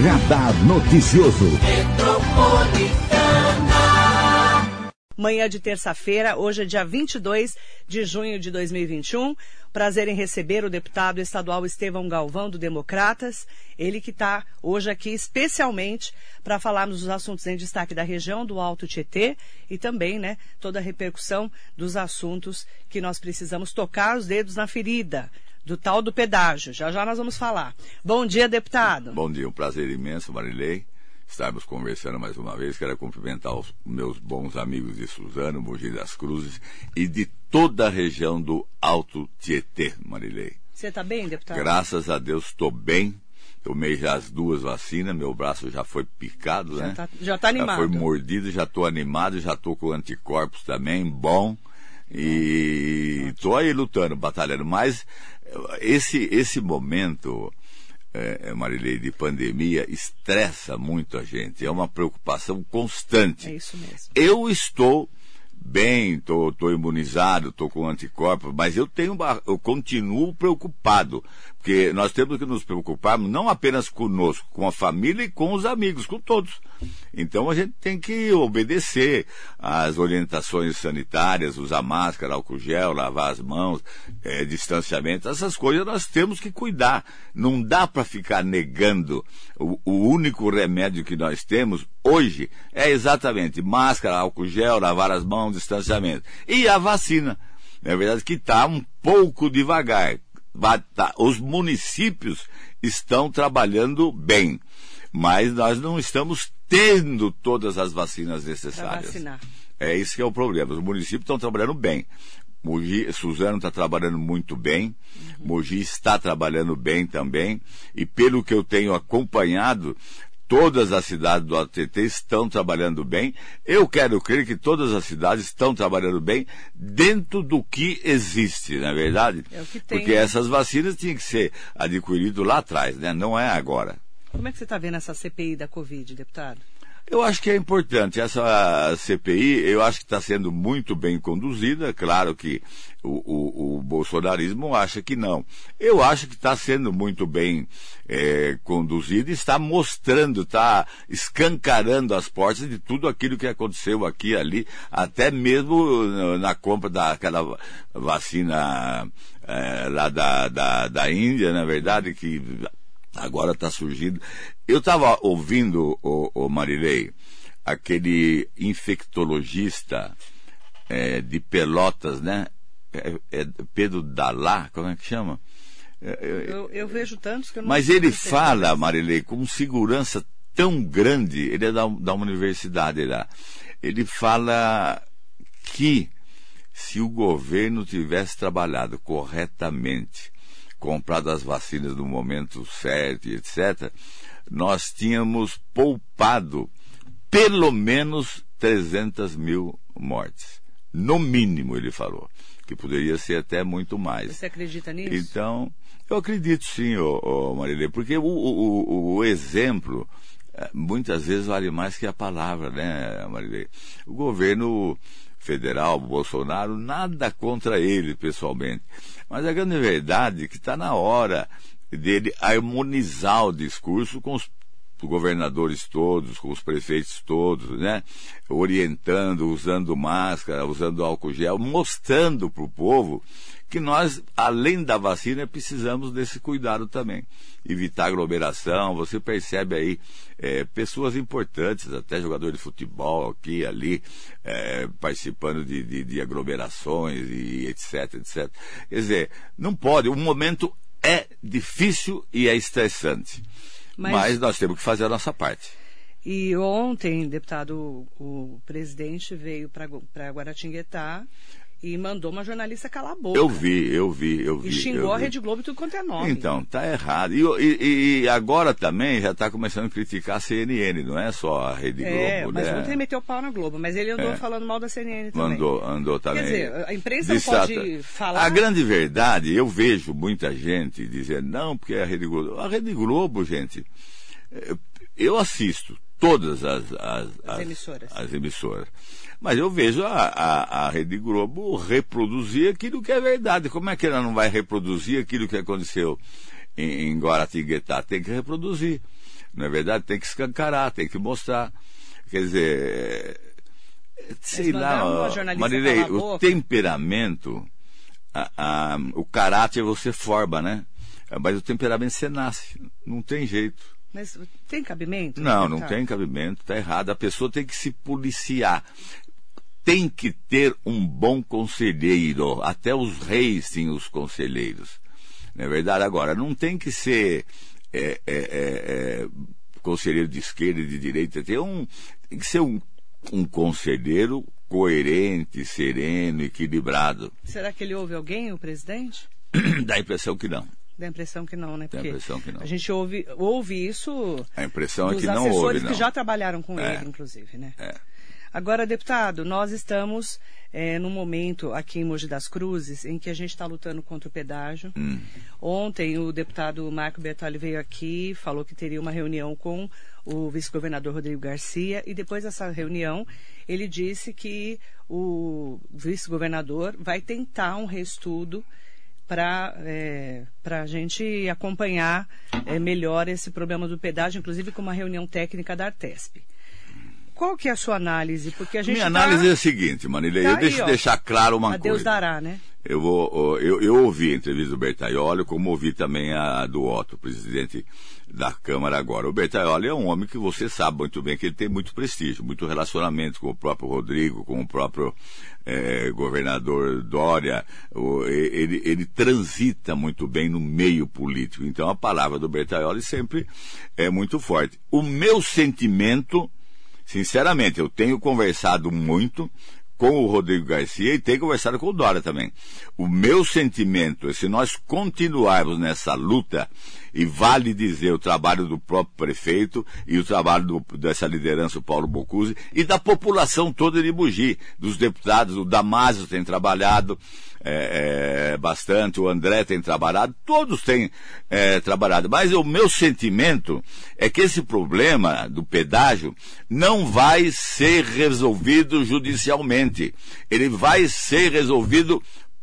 Radar Noticioso. Manhã de terça-feira, hoje é dia 22 de junho de 2021. Prazer em receber o deputado estadual Estevão Galvão, do Democratas. Ele que está hoje aqui especialmente para falarmos dos assuntos em destaque da região do Alto Tietê e também, toda a repercussão dos assuntos que nós precisamos tocar os dedos na ferida, do tal do pedágio. Já já nós vamos falar. Bom dia, deputado. Bom dia, um prazer imenso, Marilei, estarmos conversando mais uma vez. Quero cumprimentar os meus bons amigos de Suzano, Mogi das Cruzes e de toda a região do Alto Tietê, Marilei. Você está bem, deputado? Graças a Deus estou bem. Tomei já as 2 vacinas, meu braço já foi picado, Já tá animado. Já foi mordido, já estou animado, já estou com anticorpos também, bom. E estou aí lutando, batalhando. Mas esse momento, Marilei, de pandemia, estressa muito a gente. É uma preocupação constante. É isso mesmo. Eu estou bem, estou imunizado, estou com anticorpos, mas eu continuo preocupado, porque nós temos que nos preocuparmos não apenas conosco, com a família e com os amigos, com todos. Então a gente tem que obedecer às orientações sanitárias, usar máscara, álcool gel, lavar as mãos, distanciamento, essas coisas nós temos que cuidar. Não dá para ficar negando. O único remédio que nós temos hoje é exatamente máscara, álcool gel, lavar as mãos, distanciamento. E a vacina, na verdade, que está um pouco devagar. Os municípios estão trabalhando bem, mas nós não estamos tendo todas as vacinas necessárias. Para vacinar. É isso que é o problema. Os municípios estão trabalhando bem. Suzano está trabalhando muito bem, Mogi está trabalhando bem também, e pelo que eu tenho acompanhado, todas as cidades do ATT estão trabalhando bem. Eu quero crer que todas as cidades estão trabalhando bem dentro do que existe, não é verdade? É o que tem, porque essas vacinas tinham que ser adquiridas lá atrás, não é agora. Como é que você está vendo essa CPI da Covid, deputado? Eu acho que é importante. Essa CPI, eu acho que está sendo muito bem conduzida. Claro que o bolsonarismo acha que não. Eu acho que está sendo muito bem conduzida e está mostrando, está escancarando as portas de tudo aquilo que aconteceu aqui e ali, até mesmo na compra daquela vacina lá da Índia, na verdade, que agora está surgindo. Eu estava ouvindo, o Marilei, aquele infectologista de Pelotas, Pedro Dalá, como é que chama? Eu vejo tantos que eu não Mas ele fala, Marilei, com segurança tão grande, ele é da uma universidade lá. Ele fala que se o governo tivesse trabalhado corretamente, comprado as vacinas no momento certo e etc., nós tínhamos poupado pelo menos 300 mil mortes. No mínimo, ele falou, que poderia ser até muito mais. Você acredita nisso? Então, eu acredito sim, Marilê, porque o exemplo muitas vezes vale mais que a palavra, Marilê? O governo federal, Bolsonaro, nada contra ele pessoalmente. Mas a grande verdade é que está na hora dele harmonizar o discurso com os governadores todos, com os prefeitos todos, orientando, usando máscara, usando álcool gel, mostrando para o povo que nós, além da vacina, precisamos desse cuidado também. Evitar aglomeração. Você percebe aí pessoas importantes, até jogadores de futebol aqui e ali, participando de aglomerações e etc, etc. Quer dizer, não pode. O momento é difícil e é estressante. Mas nós temos que fazer a nossa parte. E ontem, deputado, o presidente veio para Guaratinguetá e mandou uma jornalista calar a boca. Eu vi. E xingou a Rede Globo e tudo quanto é nome. Então, tá errado. E agora também já está começando a criticar a CNN, não é só a Rede Globo, mas ontem ele meteu o pau na Globo, mas ele andou falando mal da CNN também. Andou também. Quer dizer, a imprensa não pode falar... A grande verdade, eu vejo muita gente dizendo, não, porque é a Rede Globo. A Rede Globo, gente, eu assisto todas as emissoras. Mas eu vejo a Rede Globo reproduzir aquilo que é verdade. Como é que ela não vai reproduzir aquilo que aconteceu em Guaratinguetá? Tem que reproduzir. Não é verdade? Tem que escancarar, tem que mostrar. Quer dizer, sei lá, Marilei, o temperamento, o caráter você forma, né? Mas o temperamento você nasce, não tem jeito. Mas tem cabimento? Não tem cabimento, está errado. A pessoa tem que se policiar. Tem que ter um bom conselheiro. Até os reis tinham os conselheiros. Não é verdade? Agora, não tem que ser conselheiro de esquerda e de direita. Tem que ser um conselheiro coerente, sereno, equilibrado. Será que ele ouve alguém, o presidente? Dá a impressão que não. Dá a impressão que não, né? Porque dá a impressão que não. A gente ouve isso. A impressão é que não ouve, não. Dos assessores que já trabalharam com ele, inclusive, né? Agora, deputado, nós estamos num momento aqui em Mogi das Cruzes em que a gente está lutando contra o pedágio. Ontem o deputado Marco Bertolli veio aqui, falou que teria uma reunião com o vice-governador Rodrigo Garcia, e depois dessa reunião ele disse que o vice-governador vai tentar um reestudo para a gente acompanhar melhor esse problema do pedágio, inclusive com uma reunião técnica da Artesp. Qual que é a sua análise? Porque a gente Minha análise é a seguinte, Marilei, eu deixo deixar claro uma coisa. Deus dará, né? Eu ouvi a entrevista do Bertaioli, como ouvi também a do Otto, presidente da Câmara agora. O Bertaioli é um homem que você sabe muito bem que ele tem muito prestígio, muito relacionamento com o próprio Rodrigo, com o próprio governador Dória. Ele transita muito bem no meio político. Então a palavra do Bertaioli sempre é muito forte. O meu sentimento, sinceramente, eu tenho conversado muito com o Rodrigo Garcia e tenho conversado com o Dória também. O meu sentimento é, se nós continuarmos nessa luta, e vale dizer o trabalho do próprio prefeito e o trabalho dessa liderança, o Paulo Bocuse, e da população toda de Mogi, dos deputados, o Damásio tem trabalhado bastante, o André tem trabalhado, todos têm trabalhado, mas o meu sentimento é que esse problema do pedágio não vai ser resolvido judicialmente, ele vai ser resolvido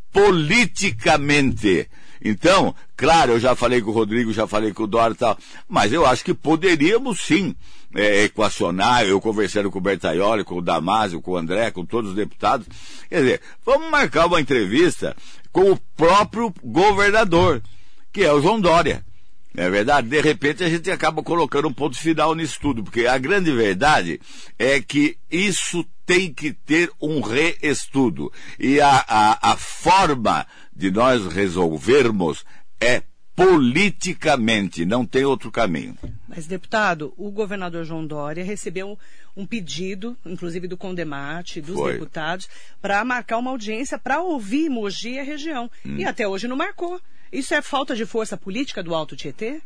politicamente. Então, claro, eu já falei com o Rodrigo, já falei com o Dória e tal, mas eu acho que poderíamos sim equacionar, eu conversando com o Bertaioli, com o Damásio, com o André, com todos os deputados, quer dizer, vamos marcar uma entrevista com o próprio governador, que é o João Dória. Não é verdade? De repente a gente acaba colocando um ponto final nisso tudo, porque a grande verdade é que isso tem que ter um reestudo. E a forma de nós resolvermos é politicamente, não tem outro caminho. Mas, deputado, o governador João Dória recebeu um pedido, inclusive do Condemate, dos deputados, para marcar uma audiência para ouvir Mogi e a região. E até hoje não marcou. Isso é falta de força política do Alto Tietê?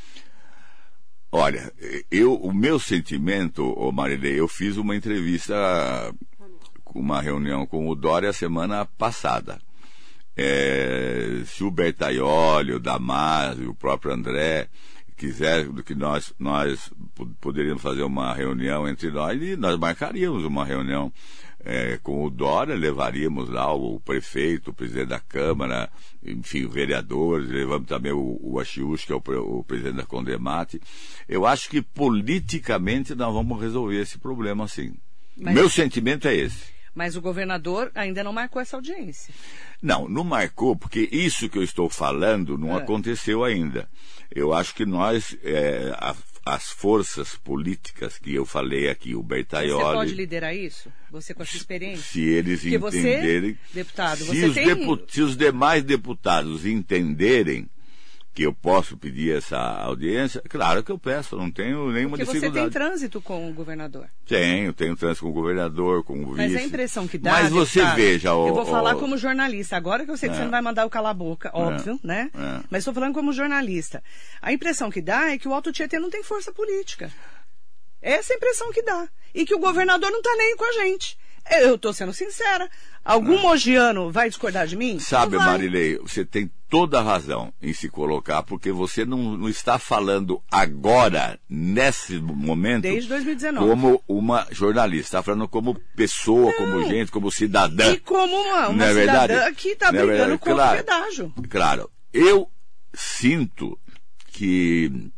Olha, o meu sentimento, Marilei, eu fiz uma entrevista, uma reunião com o Dória a semana passada. Se o Bertaioli, o Damásio, o próprio André quiser que nós poderíamos fazer uma reunião entre nós, e nós marcaríamos uma reunião com o Dória, levaríamos lá o prefeito, o presidente da Câmara, enfim, vereadores, levamos também o Achiús, que é o presidente da Condemate. Eu acho que politicamente nós vamos resolver esse problema assim. Meu sentimento é esse. Mas o governador ainda não marcou essa audiência. Não marcou, porque isso que eu estou falando não aconteceu ainda. Eu acho que nós, as forças políticas que eu falei aqui, o Bertaioli... Você pode liderar isso? Você com a sua experiência? Se eles entenderem... Você, deputado, se os demais deputados entenderem que eu posso pedir essa audiência, claro que eu peço, não tenho nenhuma dificuldade. Porque você tem trânsito com o governador. Tenho trânsito com o governador, com o vice. Mas a impressão que dá... Mas você deputado, veja... eu vou falar como jornalista, agora que eu sei que você não vai mandar eu calar a boca, óbvio, né? Mas estou falando como jornalista. A impressão que dá é que o Alto Tietê não tem força política. Essa é a impressão que dá. E que o governador não está nem com a gente. Eu estou sendo sincera. Algum mogiano vai discordar de mim? Sabe, Marilei, você tem toda a razão em se colocar, porque você não está falando agora, nesse momento, desde 2019, como uma jornalista, está falando como pessoa, como gente, como cidadã. E como uma cidadã que está brigando contra o pedágio. Claro, eu sinto que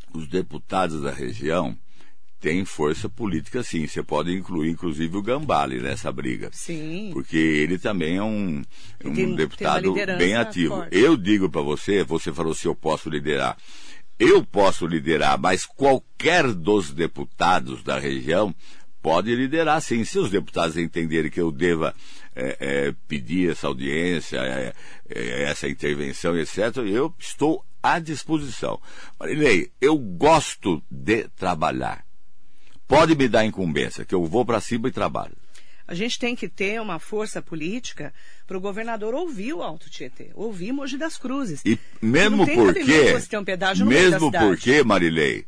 os deputados da região têm força política, sim. Você pode incluir, inclusive, o Gambale nessa briga. Sim. Porque ele também é um deputado bem ativo. Forte. Eu digo para você falou se eu posso liderar. Eu posso liderar, mas qualquer dos deputados da região pode liderar, sim. Se os deputados entenderem que eu deva pedir essa audiência, essa intervenção, etc., eu estou à disposição. Marilei, eu gosto de trabalhar. Pode me dar incumbência, que eu vou para cima e trabalho. A gente tem que ter uma força política para o governador ouvir o Alto Tietê, ouvir Mogi das Cruzes. E mesmo porque, você ter um pedágio no meio da cidade. Mesmo porque, Marilei,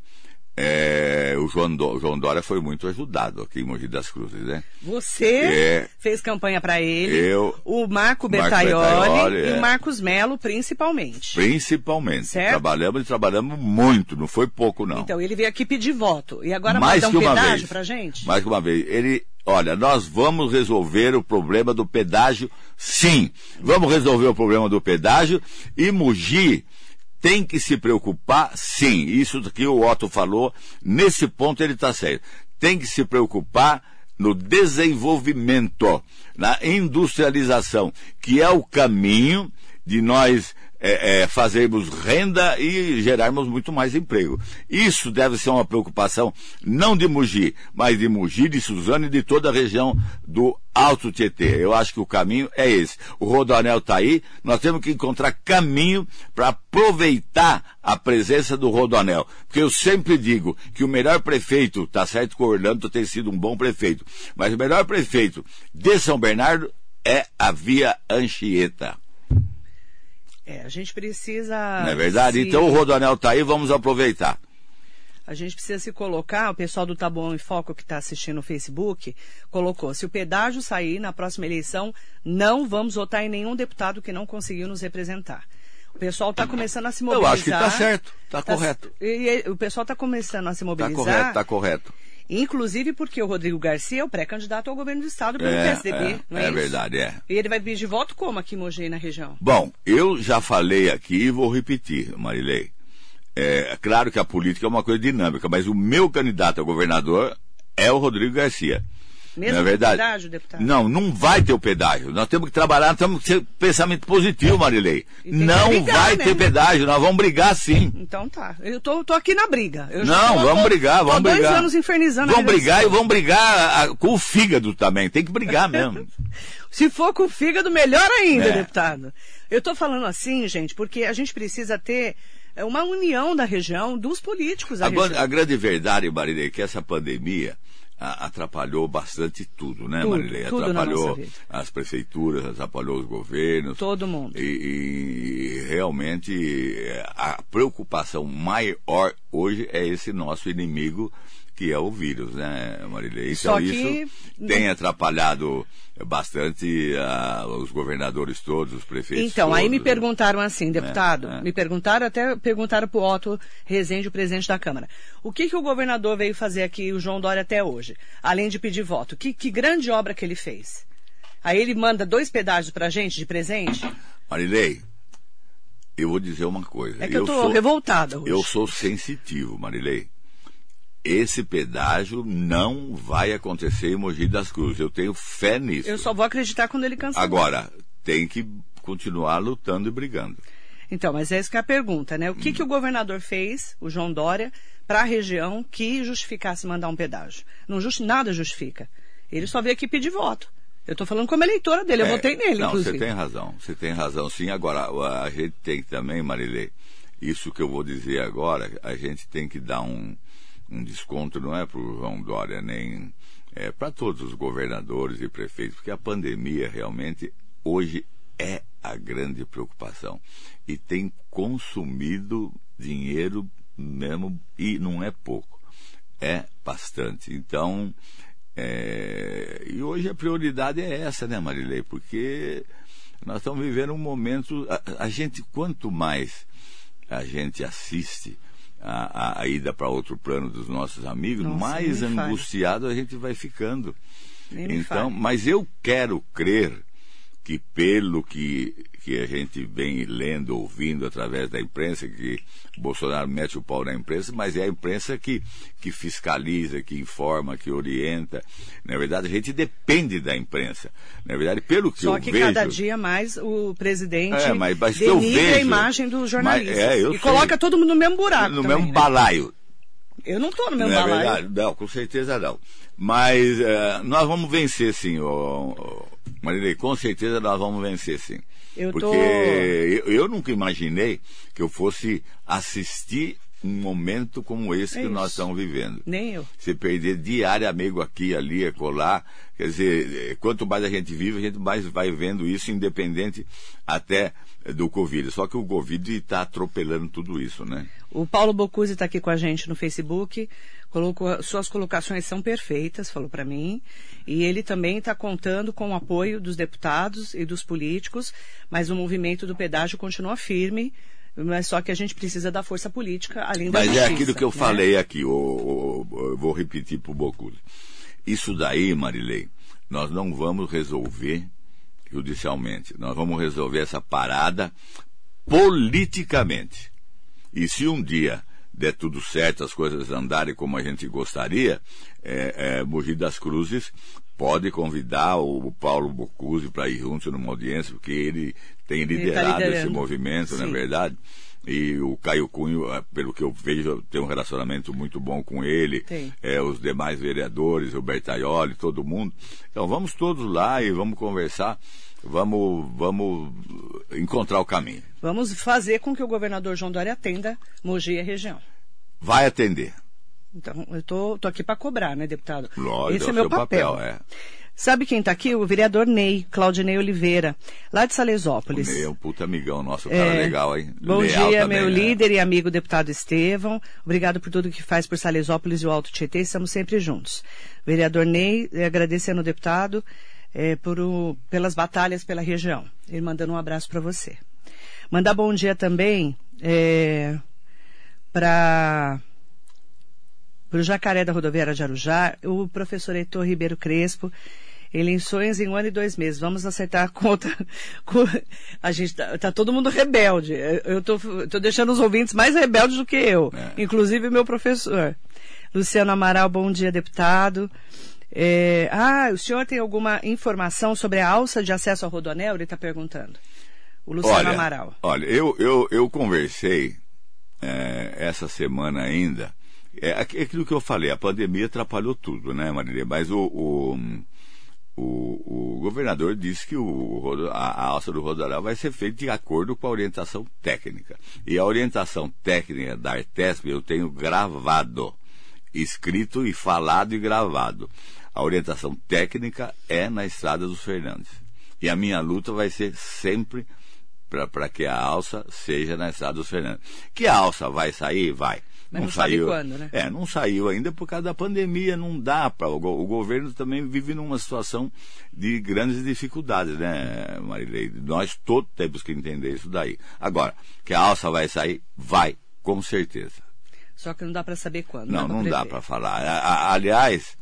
o João Dória foi muito ajudado aqui em Mogi das Cruzes, né? Você fez campanha para ele, o Marco Bertaioli e o Marcos Melo, principalmente. Principalmente. Certo? Trabalhamos muito, não foi pouco, não. Então, ele veio aqui pedir voto. E agora mais manda um que uma pedágio vez, pra gente? Mais que uma vez. Olha, nós vamos resolver o problema do pedágio, sim. Vamos resolver o problema do pedágio e Mogi tem que se preocupar, sim. Isso que o Otto falou, nesse ponto ele está certo. Tem que se preocupar no desenvolvimento, na industrialização, que é o caminho de nós fazermos renda e gerarmos muito mais emprego. Isso deve ser uma preocupação não de Mogi, mas de Mogi, de Suzano e de toda a região do Alto Tietê. Eu acho que o caminho é esse. O Rodoanel está aí, nós temos que encontrar caminho para aproveitar a presença do Rodoanel. Porque eu sempre digo que o melhor prefeito, tá certo que o Orlando tem sido um bom prefeito, mas o melhor prefeito de São Bernardo é a Via Anchieta. A gente precisa... Não é verdade? Então o Rodoanel está aí, vamos aproveitar. A gente precisa se colocar, o pessoal do Taboão em Foco que está assistindo no Facebook, colocou, se o pedágio sair na próxima eleição, não vamos votar em nenhum deputado que não conseguiu nos representar. O pessoal está começando a se mobilizar. Eu acho que está certo, está correto. O pessoal está começando a se mobilizar. Está correto. Inclusive porque o Rodrigo Garcia é o pré-candidato ao governo do estado pelo PSDB, não é isso? Verdade, E ele vai pedir voto como aqui em Mogi, na região? Bom, eu já falei aqui e vou repetir, Marilei. É claro que a política é uma coisa dinâmica, mas o meu candidato a governador é o Rodrigo Garcia. Mesmo não é verdade? Pedágio, deputado? Não vai ter o pedágio. Nós temos que trabalhar, nós temos que ter pensamento positivo, Marilei. Não brigar, vai ter pedágio, nós vamos brigar sim. Então tá. Eu tô aqui na briga. Vamos brigar. 2 anos infernizando a vida. Vamos brigar e vamos brigar com o fígado também. Tem que brigar mesmo. Se for com o fígado, melhor ainda, deputado. Eu tô falando assim, gente, porque a gente precisa ter uma união da região, dos políticos da região. A grande verdade, Marilei, é que essa pandemia atrapalhou bastante tudo, né, Marilei? Atrapalhou as prefeituras, atrapalhou os governos. Todo mundo. E realmente a preocupação maior hoje é esse nosso inimigo, que é o vírus, né, Marilei? Então isso tem atrapalhado bastante os governadores todos, os prefeitos então, todos. Aí me perguntaram assim, deputado, me perguntaram para o Otto Rezende, o presidente da Câmara. O que o governador veio fazer aqui, o João Dória, até hoje? Além de pedir voto. Que grande obra que ele fez? Aí ele manda 2 pedágios pra gente de presente? Marilei, eu vou dizer uma coisa. É que eu tô revoltada hoje. Eu sou sensitivo, Marilei. Esse pedágio não vai acontecer em Mogi das Cruzes. Eu tenho fé nisso. Eu só vou acreditar quando ele cancelar. Agora, tem que continuar lutando e brigando. Então, mas é isso que é a pergunta, né? O que o governador fez, o João Dória, para a região que justificasse mandar um pedágio? Nada justifica. Ele só veio aqui pedir voto. Eu estou falando como eleitora dele, eu votei nele, inclusive. Você tem razão sim. Agora, a gente tem também, Marilei, isso que eu vou dizer agora, a gente tem que dar um desconto, não é para o João Dória, nem para todos os governadores e prefeitos, porque a pandemia realmente hoje é a grande preocupação e tem consumido dinheiro mesmo, e não é pouco, é bastante. Então, e hoje a prioridade é essa, né, Marilei? Porque nós estamos vivendo um momento, a gente, quanto mais a gente assiste a ida para outro plano dos nossos amigos, mais angustiado a gente vai ficando. Então, mas eu quero crer que pelo que que a gente vem lendo, ouvindo através da imprensa, que Bolsonaro mete o pau na imprensa, mas é a imprensa que fiscaliza, que informa, que orienta. Na verdade, a gente depende da imprensa. Na verdade, pelo que eu vejo... Só que cada dia mais o presidente mas denigra a imagem dos jornalistas. Coloca todo mundo no mesmo buraco no também, mesmo balaio. Eu não estou no mesmo balaio. Verdade? Não, com certeza não. Mas nós vamos vencer, sim, Marilei, com certeza nós vamos vencer, sim. Porque eu nunca imaginei que eu fosse assistir um momento como esse que nós estamos vivendo. Nem eu. Se perder diário amigo aqui, ali, acolá. Quer dizer, quanto mais a gente vive, a gente mais vai vendo isso, independente até do Covid. Só que o Covid está atropelando tudo isso, né? O Paulo Bocuzzi está aqui com a gente no Facebook. Suas colocações são perfeitas, falou para mim. E ele também está contando com o apoio dos deputados e dos políticos, mas o movimento do pedágio continua firme. Mas só que a gente precisa da força política, além da justiça. Mas é aquilo que eu falei aqui, eu vou repetir para o Bocuzzi. Isso daí, Marilei, nós não vamos resolver judicialmente. Nós vamos resolver essa parada politicamente. E se um dia der tudo certo, as coisas andarem como a gente gostaria, Mogi das Cruzes pode convidar o Paulo Bocuzzi para ir junto numa audiência, porque ele tem liderado esse movimento, não é verdade? E o Caio Cunha, pelo que eu vejo, tem um relacionamento muito bom com ele, os demais vereadores, o Bertaioli, todo mundo. Então vamos todos lá e vamos conversar, vamos encontrar o caminho. Vamos fazer com que o governador João Dória atenda Mogi e a região. Vai atender. Então, eu tô aqui para cobrar, né, deputado? Lógico, esse é meu papel. Sabe quem está aqui? O vereador Claudinei Oliveira, lá de Salesópolis. O Ney é um puta amigão nosso, cara legal, hein? Bom dia, meu líder e amigo deputado Estevão. Obrigado por tudo que faz por Salesópolis e o Alto Tietê, estamos sempre juntos. Vereador Ney, agradecendo ao deputado pelas batalhas pela região. Ele mandando um abraço para você. Mandar bom dia também para o Jacaré da Rodoviária de Arujá, o professor Heitor Ribeiro Crespo. Ele em sonhos em 1 ano e 2 meses. Vamos acertar a conta. A gente tá todo mundo rebelde. Eu tô deixando os ouvintes mais rebeldes do que eu. Inclusive o meu professor. Luciano Amaral, bom dia, deputado. O senhor tem alguma informação sobre a alça de acesso ao Rodoanel? Ele está perguntando. O Luciano Amaral. Olha, eu conversei essa semana ainda. Aquilo que eu falei, a pandemia atrapalhou tudo, né, Marília? Mas o governador disse que a alça do Rodoanel vai ser feita de acordo com a orientação técnica. E a orientação técnica da Artesp eu tenho gravado, escrito e falado e gravado. A orientação técnica é na Estrada dos Fernandes. E a minha luta vai ser sempre para que a alça seja na Estrada dos Fernandes. Que a alça vai sair? Vai. Mas não saiu, sabe quando, né? Não saiu ainda por causa da pandemia, não dá para... O governo também vive numa situação de grandes dificuldades, né, Marilei? Nós todos temos que entender isso daí. Agora, que a alça vai sair? Vai, com certeza. Só que não dá para saber quando. Não dá para falar. Aliás,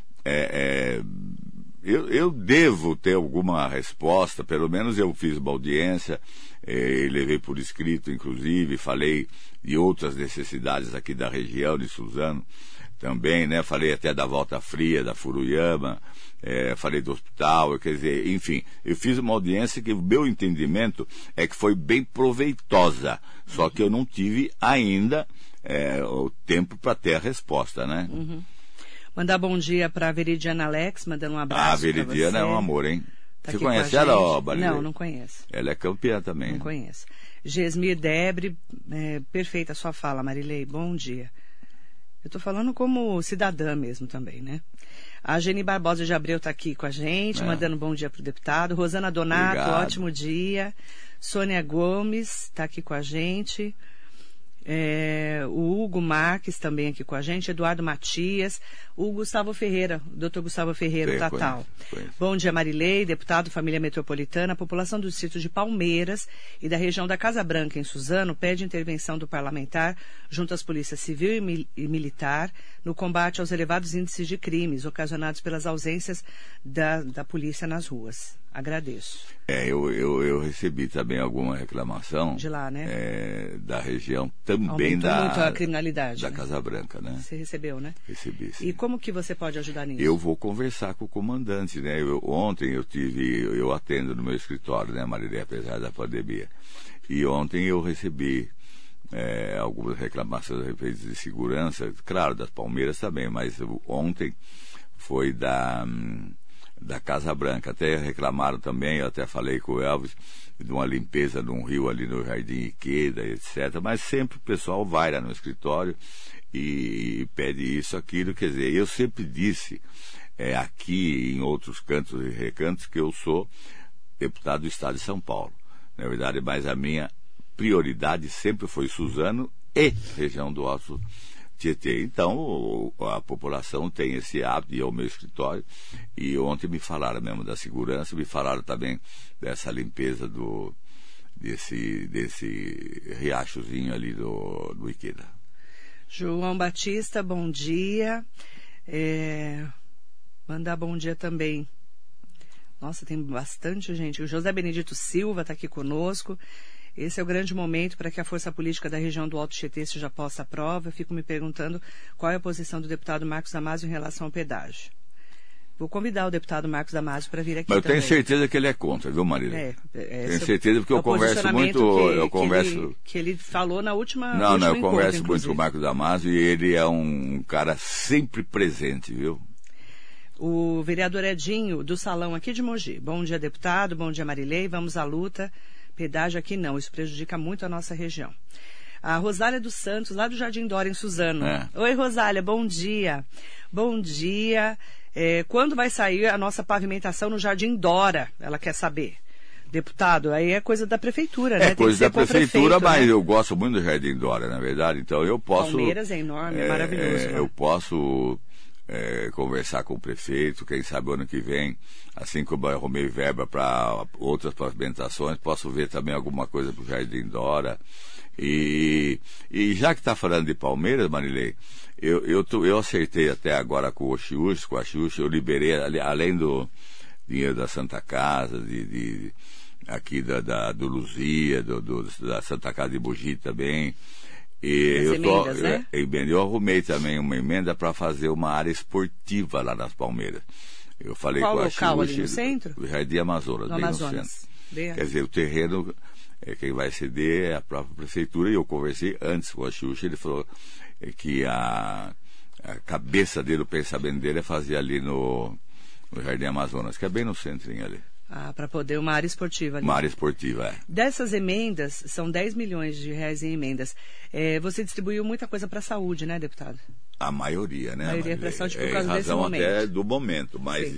eu devo ter alguma resposta, pelo menos eu fiz uma audiência, levei por escrito, inclusive, falei de outras necessidades aqui da região de Suzano também, né? Falei até da Volta Fria, da Furuyama, falei do hospital, quer dizer, enfim, eu fiz uma audiência que o meu entendimento é que foi bem proveitosa, só que eu não tive ainda o tempo para ter a resposta, né? Uhum. Mandar bom dia para a Veridiana Alex, mandando um abraço. A Veridiana é um amor, hein? Tá Você conhece ela, Marilei? Não conheço. Ela é campeã também. Não conheço. Gesmir Debre, perfeita a sua fala, Marilei, bom dia. Eu estou falando como cidadã mesmo também, né? A Geni Barbosa de Abreu está aqui com a gente, mandando bom dia para o deputado. Rosana Donato, obrigado. Ótimo dia. Sônia Gomes está aqui com a gente. O Hugo Marques também aqui com a gente, Eduardo Matias, o Gustavo Ferreira, o Dr. Gustavo Ferreira, o Tatal. Bom dia, Marilei, deputado, família metropolitana. A população do distrito de Palmeiras e da região da Casa Branca, em Suzano, pede intervenção do parlamentar junto às polícias civil e militar no combate aos elevados índices de crimes ocasionados pelas ausências da polícia nas ruas. Agradeço. Eu recebi também alguma reclamação de lá, né? Da região também aumentou muito a criminalidade da né? Casa Branca, né? Você recebeu, né? Recebi, sim. E como que você pode ajudar nisso? Eu vou conversar com o comandante, né? Ontem eu atendo no meu escritório, né, Marília, apesar da pandemia. E ontem eu recebi algumas reclamações a respeito de segurança, claro, das Palmeiras também, mas ontem foi da Casa Branca. Até reclamaram também, eu até falei com o Elvis, de uma limpeza de um rio ali no Jardim Iqueda, etc. Mas sempre o pessoal vai lá no escritório e pede isso, aquilo. Quer dizer, eu sempre disse, aqui em outros cantos e recantos, que eu sou deputado do Estado de São Paulo. Na verdade, mas a minha prioridade sempre foi Suzano e região do Alto Tietê. Então, a população tem esse hábito de ir ao meu escritório. E ontem me falaram mesmo da segurança, me falaram também dessa limpeza desse riachozinho ali do Iqueda. João Batista, bom dia. Mandar bom dia também. Nossa, tem bastante gente. O José Benedito Silva está aqui conosco. Esse é o grande momento para que a força política da região do Alto Tietê seja posta à prova. Eu fico me perguntando qual é a posição do deputado Marcos Damasio em relação ao pedágio. Vou convidar o deputado Marcos Damasio para vir aqui. Mas eu também. tenho certeza que ele é contra, viu, Marília? Tenho certeza, porque eu converso muito. Que ele falou na última. Não, eu converso muito com o Marcos Damasio e ele é um cara sempre presente, viu? O vereador Edinho, do Salão aqui de Mogi. Bom dia, deputado. Bom dia, Marilei. Vamos à luta. Pedágio aqui não. Isso prejudica muito a nossa região. A Rosália dos Santos, lá do Jardim Dora, em Suzano. Oi, Rosália. Bom dia. Bom dia. Quando vai sair a nossa pavimentação no Jardim Dora? Ela quer saber. Deputado, aí é coisa da prefeitura, né? É coisa da prefeitura, mas né? Eu gosto muito do Jardim Dora, na verdade. Então eu posso... Palmeiras é enorme, é maravilhoso. Eu posso... conversar com o prefeito, quem sabe o ano que vem, assim como eu arrumei verba para outras pavimentações, posso ver também alguma coisa para o Jardim Dora. E já que está falando de Palmeiras, Marilei, eu acertei até agora com a Xuxa, eu liberei, além do dinheiro da Santa Casa, aqui do Luzia, da Santa Casa de Mogi também. E eu arrumei também uma emenda para fazer uma área esportiva lá nas Palmeiras. Eu falei Qual com a local ali no centro? O Jardim Amazonas, bem no centro. Quer dizer, o terreno, quem vai ceder é a própria prefeitura. E eu conversei antes com a Xuxa, ele falou que a cabeça dele, o pensamento dele é fazer ali no Jardim Amazonas, que é bem no centrinho ali. Para poder uma área esportiva ali. Uma área esportiva, Dessas emendas, são 10 milhões de reais em emendas. Você distribuiu muita coisa para a saúde, né, deputado? A maioria, né? A maioria para a saúde por causa desse momento. Até do momento, mas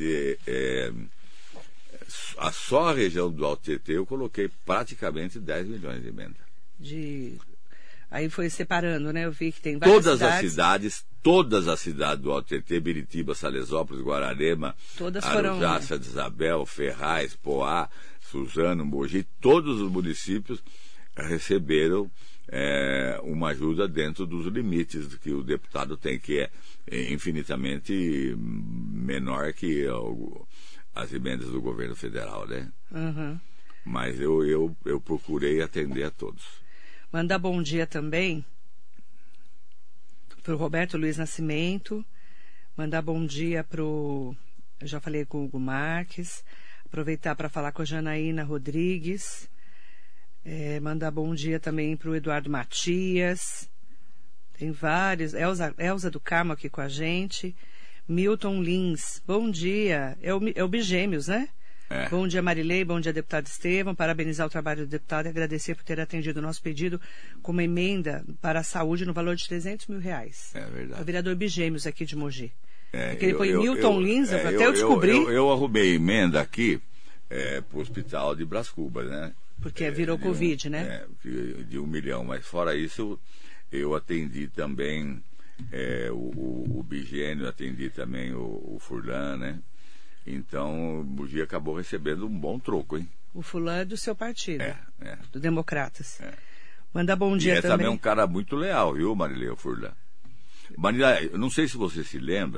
só a região do Alto Tietê eu coloquei praticamente 10 milhões de emenda. Aí foi separando, né? Eu vi que tem várias todas as cidades do Alto Tietê, Biritiba, Salesópolis, Guararema, Arujá, Santa Isabel, Ferraz, Poá, Suzano, Mogi, todos os municípios receberam uma ajuda dentro dos limites que o deputado tem, que é infinitamente menor que as emendas do governo federal, né? Uhum. Mas eu procurei atender a todos. Mandar bom dia também para o Roberto Luiz Nascimento. Mandar bom dia eu já falei com o Hugo Marques. Aproveitar para falar com a Janaína Rodrigues. Mandar bom dia também para o Eduardo Matias. Tem vários. Elza do Carmo aqui com a gente. Milton Lins. Bom dia. É o Bigêmeos, né? Bom dia, Marilei. Bom dia, deputado Estevam. Parabenizar o trabalho do deputado e agradecer por ter atendido o nosso pedido com uma emenda para a saúde no valor de 300 mil reais. É verdade. O vereador Bigêmeos aqui de Mogi. Porque ele põe Milton Lins, até eu descobri. Eu arrumei emenda aqui para o hospital de Brás Cubas, né? Porque virou Covid, né? De 1 milhão. Mas fora isso, eu atendi também o Bigênio, atendi também o Furlan, né? Então, o Mogi acabou recebendo um bom troco, hein? O fulano é do seu partido. Do Democratas. Mandar bom dia também. E também um cara muito leal, viu, Marilei Furlan? Marilei, eu não sei se você se lembra,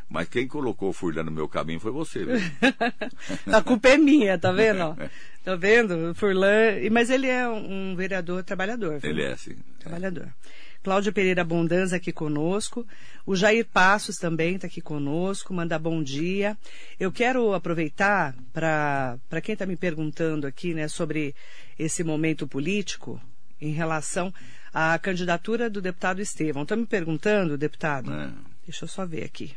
Mas quem colocou o Furlan no meu caminho foi você, viu? A culpa é minha, tá vendo? Tá vendo? Furlan. Mas ele é um vereador trabalhador. Viu? Ele é, sim. Trabalhador. Cláudia Pereira Bondanza aqui conosco. O Jair Passos também está aqui conosco, manda bom dia. Eu quero aproveitar para quem está me perguntando aqui, né, sobre esse momento político em relação à candidatura do deputado Estevão. Estão me perguntando, deputado? Deixa eu só ver aqui.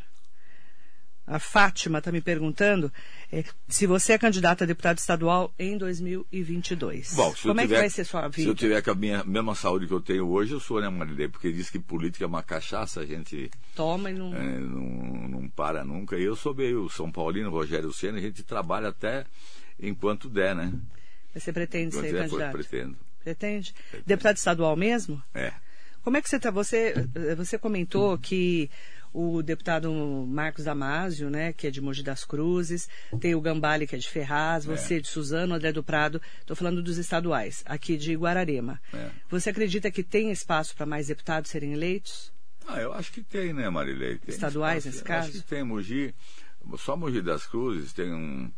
A Fátima está me perguntando se você é candidato a deputado estadual em 2022. Bom, como é que vai ser sua vida? Se eu tiver com a mesma saúde que eu tenho hoje, eu sou, né, Marilei? Porque diz que política é uma cachaça, a gente toma e não... não para nunca. E eu sou meio São Paulino, Rogério Ceni, a gente trabalha até enquanto der, né? Você pretende ser candidato? Pretendo. Pretende? Deputado estadual mesmo? É. Como é que você está? Você comentou que o deputado Marcos Damasio, né, que é de Mogi das Cruzes, tem o Gambale, que é de Ferraz, você de Suzano, André do Prado, estou falando dos estaduais, aqui de Guararema. Você acredita que tem espaço para mais deputados serem eleitos? Eu acho que tem, né, Marilei? Tem estaduais, espaço. nesse caso? Acho que tem. Mogi, só Mogi das Cruzes tem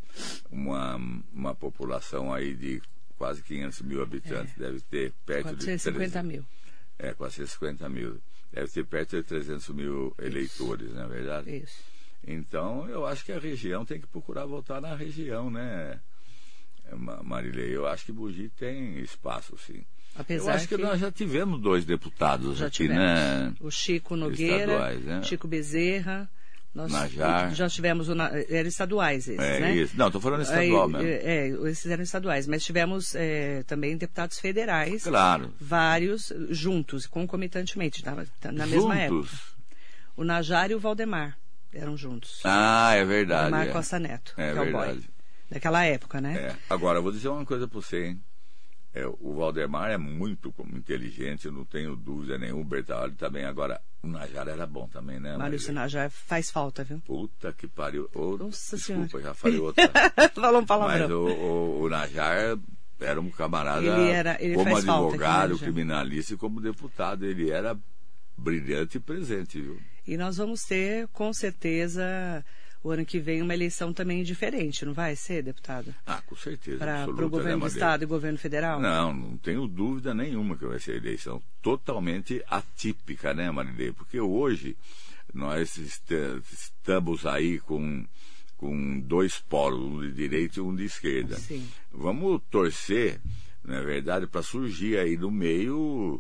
uma população aí de quase 500 mil habitantes, deve ter perto 450 mil. 450 mil. Deve ter perto de 300 mil eleitores, não é verdade? Isso. Então, eu acho que a região tem que procurar votar na região, né, Marilei? Eu acho que Mogi tem espaço, sim. Apesar eu acho que nós já tivemos 2 deputados já aqui, tivemos, né? O Chico Nogueira, né? Chico Bezerra. Najar. Já tivemos, eram estaduais esses, né? Isso. Não, estou falando estadual mesmo. Esses eram estaduais, mas tivemos também deputados federais. Claro. Vários juntos, concomitantemente, na mesma época. O Najar e o Valdemar eram juntos. É verdade. Valdemar Costa Neto, é cowboy. Verdade. Naquela época, né? Agora, eu vou dizer uma coisa para você, hein? O Valdemar é muito inteligente, eu não tenho dúvida nenhuma. O Bertolli também. Agora, o Najar era bom também, né? Maurício Najar faz falta, viu? Puta que pariu. Nossa desculpa, senhora. Já falei outra. Falou um palavrão. Mas o Najar era um camarada, ele como faz advogado, falta, criminalista e como deputado. Ele era brilhante e presente, viu? E nós vamos ter, com certeza, o ano que vem, uma eleição também diferente, não vai ser, deputado? Com certeza. Para o governo do Estado e governo federal? Não tenho dúvida nenhuma que vai ser eleição totalmente atípica, né, Marilei? Porque hoje nós estamos aí com 2 polos, um de direita e um de esquerda. Sim. Vamos torcer, na verdade, para surgir aí no meio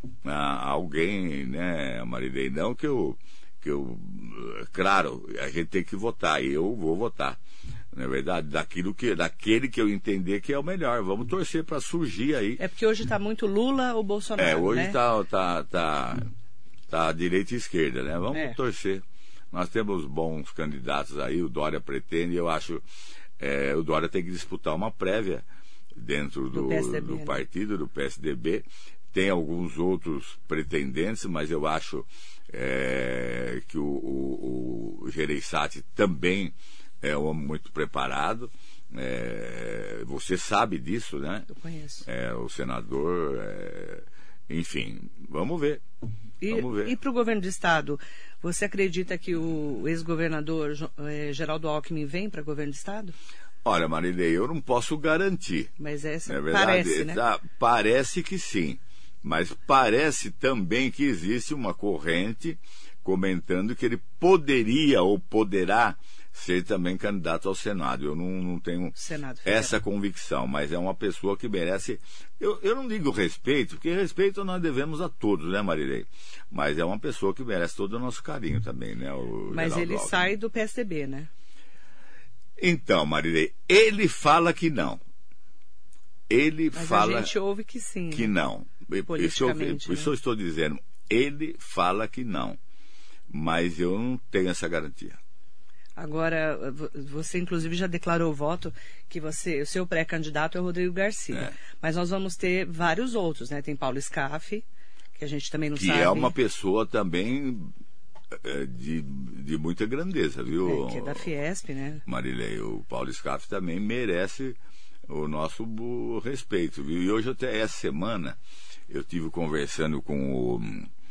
alguém, né, Marilei? Não que eu claro, a gente tem que votar, e eu vou votar, na verdade, daquele que eu entender que é o melhor. Vamos torcer para surgir aí. É porque hoje está muito Lula ou Bolsonaro, hoje né? tá direita e esquerda, né? Vamos torcer. Nós temos bons candidatos aí, o Dória pretende, eu acho, o Dória tem que disputar uma prévia dentro do partido, do PSDB. Tem alguns outros pretendentes, mas eu acho que o Gereissati também é um homem muito preparado. Você sabe disso, né? Eu conheço. O senador, enfim, vamos ver. E para o governo do Estado, você acredita que o ex-governador Geraldo Alckmin vem para o governo do Estado? Olha, Marilei, eu não posso garantir. Mas verdade, parece, né? Parece que sim. Mas parece também que existe uma corrente comentando que ele poderia ou poderá ser também candidato ao Senado. Eu não tenho essa convicção, mas é uma pessoa que merece... Eu não digo respeito, porque respeito nós devemos a todos, né, Marilei? Mas é uma pessoa que merece todo o nosso carinho também, né? Mas ele sai do PSDB, né? Então, Marilei, ele fala que não. Mas a gente ouve que sim. Que não. Politicamente, isso eu estou dizendo. Ele fala que não. Mas eu não tenho essa garantia. Agora, você inclusive já declarou o voto que o seu pré-candidato é o Rodrigo Garcia. Mas nós vamos ter vários outros, né? Tem Paulo Scaff, que a gente também não sabe. Que é uma pessoa também de muita grandeza, viu? Que é da Fiesp, né? Marilei, o Paulo Scaff também merece o nosso respeito, viu? E hoje, até essa semana, eu estive conversando com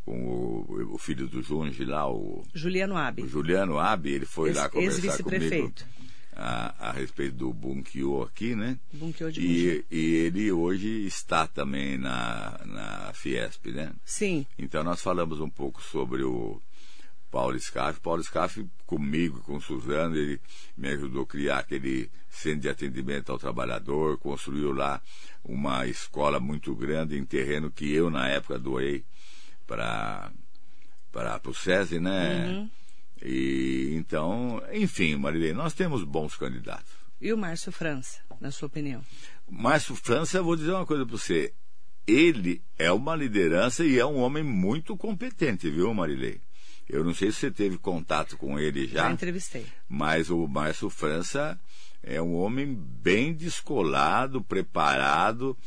o filho do Junge lá, Juliano Abi. O Juliano Abi, ele foi lá conversar comigo a respeito do Bunkyo aqui, né? Bunkyo de e ele hoje está também na Fiesp, né? Sim. Então nós falamos um pouco sobre o Paulo Scaff. Paulo Scaff, comigo, com o Suzano, ele me ajudou a criar aquele centro de atendimento ao trabalhador, construiu lá uma escola muito grande em terreno que eu, na época, doei para o SESI, né? Uhum. E então, enfim, Marilei, nós temos bons candidatos. E o Márcio França, na sua opinião? Márcio França, eu vou dizer uma coisa para você. Ele é uma liderança e é um homem muito competente, viu, Marilei? Eu não sei se você teve contato com ele já. Já entrevistei. Mas o Márcio França é um homem bem descolado, preparado,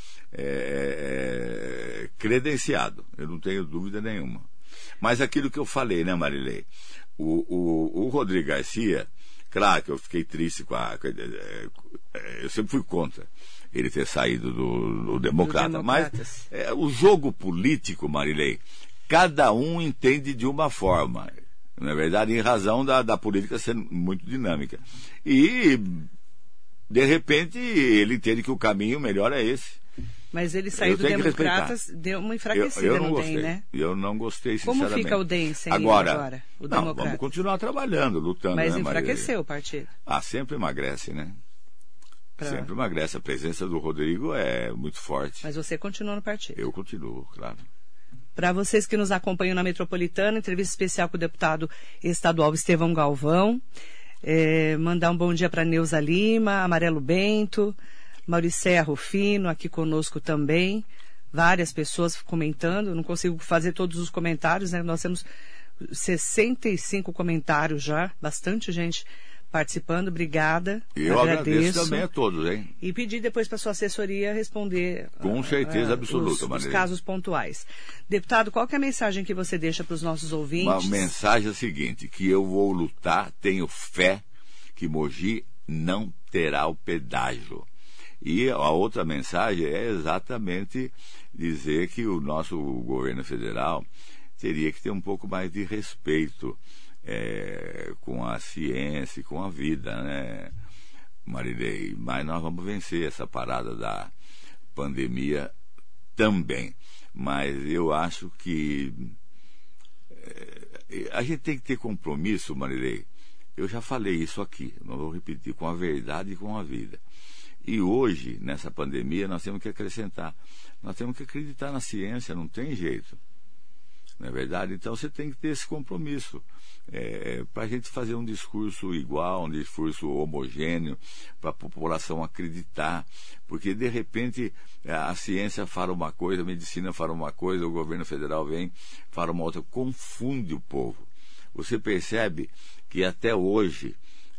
credenciado. Eu não tenho dúvida nenhuma. Mas aquilo que eu falei, né, Marilei? O Rodrigo Garcia, claro que eu fiquei triste eu sempre fui contra ele ter saído do Democrata. Mas o jogo político, Marilei, cada um entende de uma forma, na verdade, em razão da política ser muito dinâmica. E, de repente, ele entende que o caminho melhor é esse. Mas ele saiu do Democratas, deu uma enfraquecida, eu não gostei, né? Eu não gostei, sinceramente. Como fica o DEM sem agora? O não, vamos continuar trabalhando, lutando. Mas né, enfraqueceu o partido. Sempre emagrece, né? Sempre emagrece. A presença do Rodrigo é muito forte. Mas você continua no partido? Eu continuo, claro. Para vocês que nos acompanham na Metropolitana, entrevista especial com o deputado estadual Estevão Galvão. Mandar um bom dia para Neuza Lima, Amarelo Bento, Mauricéia Rufino, aqui conosco também. Várias pessoas comentando. Não consigo fazer todos os comentários, né? Nós temos 65 comentários já, bastante gente participando. Obrigada. Eu agradeço também a todos, hein? E pedir depois para sua assessoria responder com certeza absoluta, os casos pontuais. Deputado, qual que é a mensagem que você deixa para os nossos ouvintes? Uma mensagem é a seguinte, que eu vou lutar, tenho fé que Mogi não terá o pedágio. E a outra mensagem é exatamente dizer que o nosso governo federal teria que ter um pouco mais de respeito com a ciência e com a vida, né, Marilei? Mas nós vamos vencer essa parada da pandemia também. Mas eu acho que a gente tem que ter compromisso, Marilei. Eu já falei isso aqui, não vou repetir, com a verdade e com a vida. E hoje, nessa pandemia, nós temos que acrescentar. Nós temos que acreditar na ciência, não tem jeito. Não é verdade? Então você tem que ter esse compromisso. Para a gente fazer um discurso igual, um discurso homogêneo, para a população acreditar. Porque, de repente, a ciência fala uma coisa, a medicina fala uma coisa, o governo federal vem, fala uma outra, confunde o povo. Você percebe que até hoje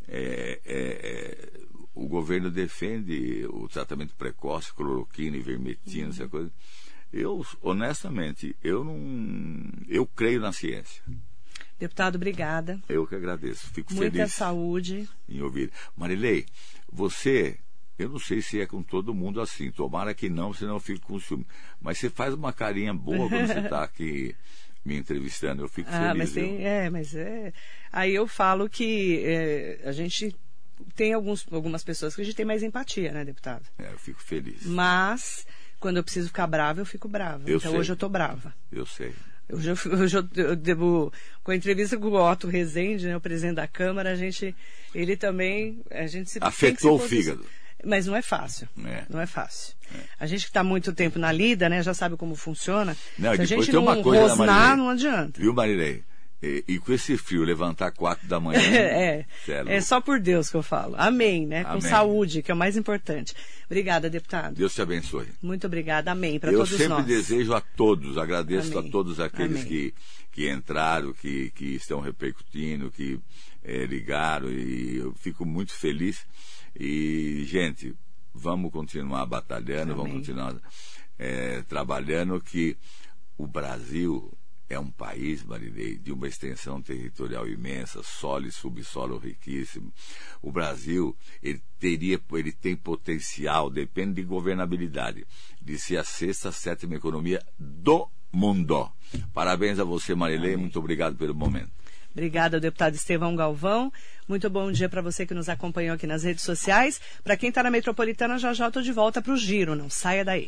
o governo defende o tratamento precoce, cloroquina, ivermectina, essa coisa. Eu, honestamente, eu creio na ciência. Deputado, obrigada. Eu que agradeço. Fico feliz. Muita saúde. Em ouvir. Marilei, você, eu não sei se é com todo mundo assim. Tomara que não, senão eu fico com ciúme. Mas você faz uma carinha boa quando você está aqui me entrevistando. Eu fico feliz. Mas aí eu falo que a gente tem algumas pessoas que a gente tem mais empatia, né, deputado? Eu fico feliz. Mas quando eu preciso ficar brava, eu fico brava. Então hoje eu tô brava. Eu sei. Hoje eu devo, com a entrevista com o Otto Rezende, né, o presidente da Câmara, ele também, a gente se afetou o fígado. Mas não é fácil. Não é fácil. A gente que está muito tempo na lida, né, já sabe como funciona. Não, se a gente tem uma não coisa, rosnar, não adianta. Viu, Marilei? E com esse frio, levantar 4 da manhã... É só por Deus que eu falo. Amém, né? Amém. Com saúde, que é o mais importante. Obrigada, deputado. Deus te abençoe. Muito obrigada. Amém. Para todos nós. Eu sempre desejo a todos, agradeço a todos aqueles Amém. que entraram, que estão repercutindo, que ligaram, e eu fico muito feliz. E, gente, vamos continuar batalhando, Amém. vamos continuar trabalhando, que o Brasil... é um país, Marilei, de uma extensão territorial imensa, solo e subsolo riquíssimo. O Brasil, ele tem potencial, depende de governabilidade, de ser a 6ª, 7ª economia do mundo. Parabéns a você, Marilei, muito obrigado pelo momento. Obrigada, deputado Estevão Galvão. Muito bom dia para você que nos acompanhou aqui nas redes sociais. Para quem está na Metropolitana, já já estou de volta para o Giro. Não saia daí.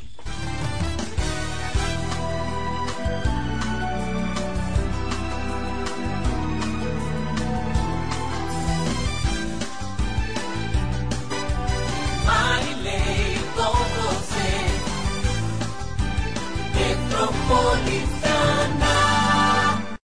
Marilei com você, Metropolitana.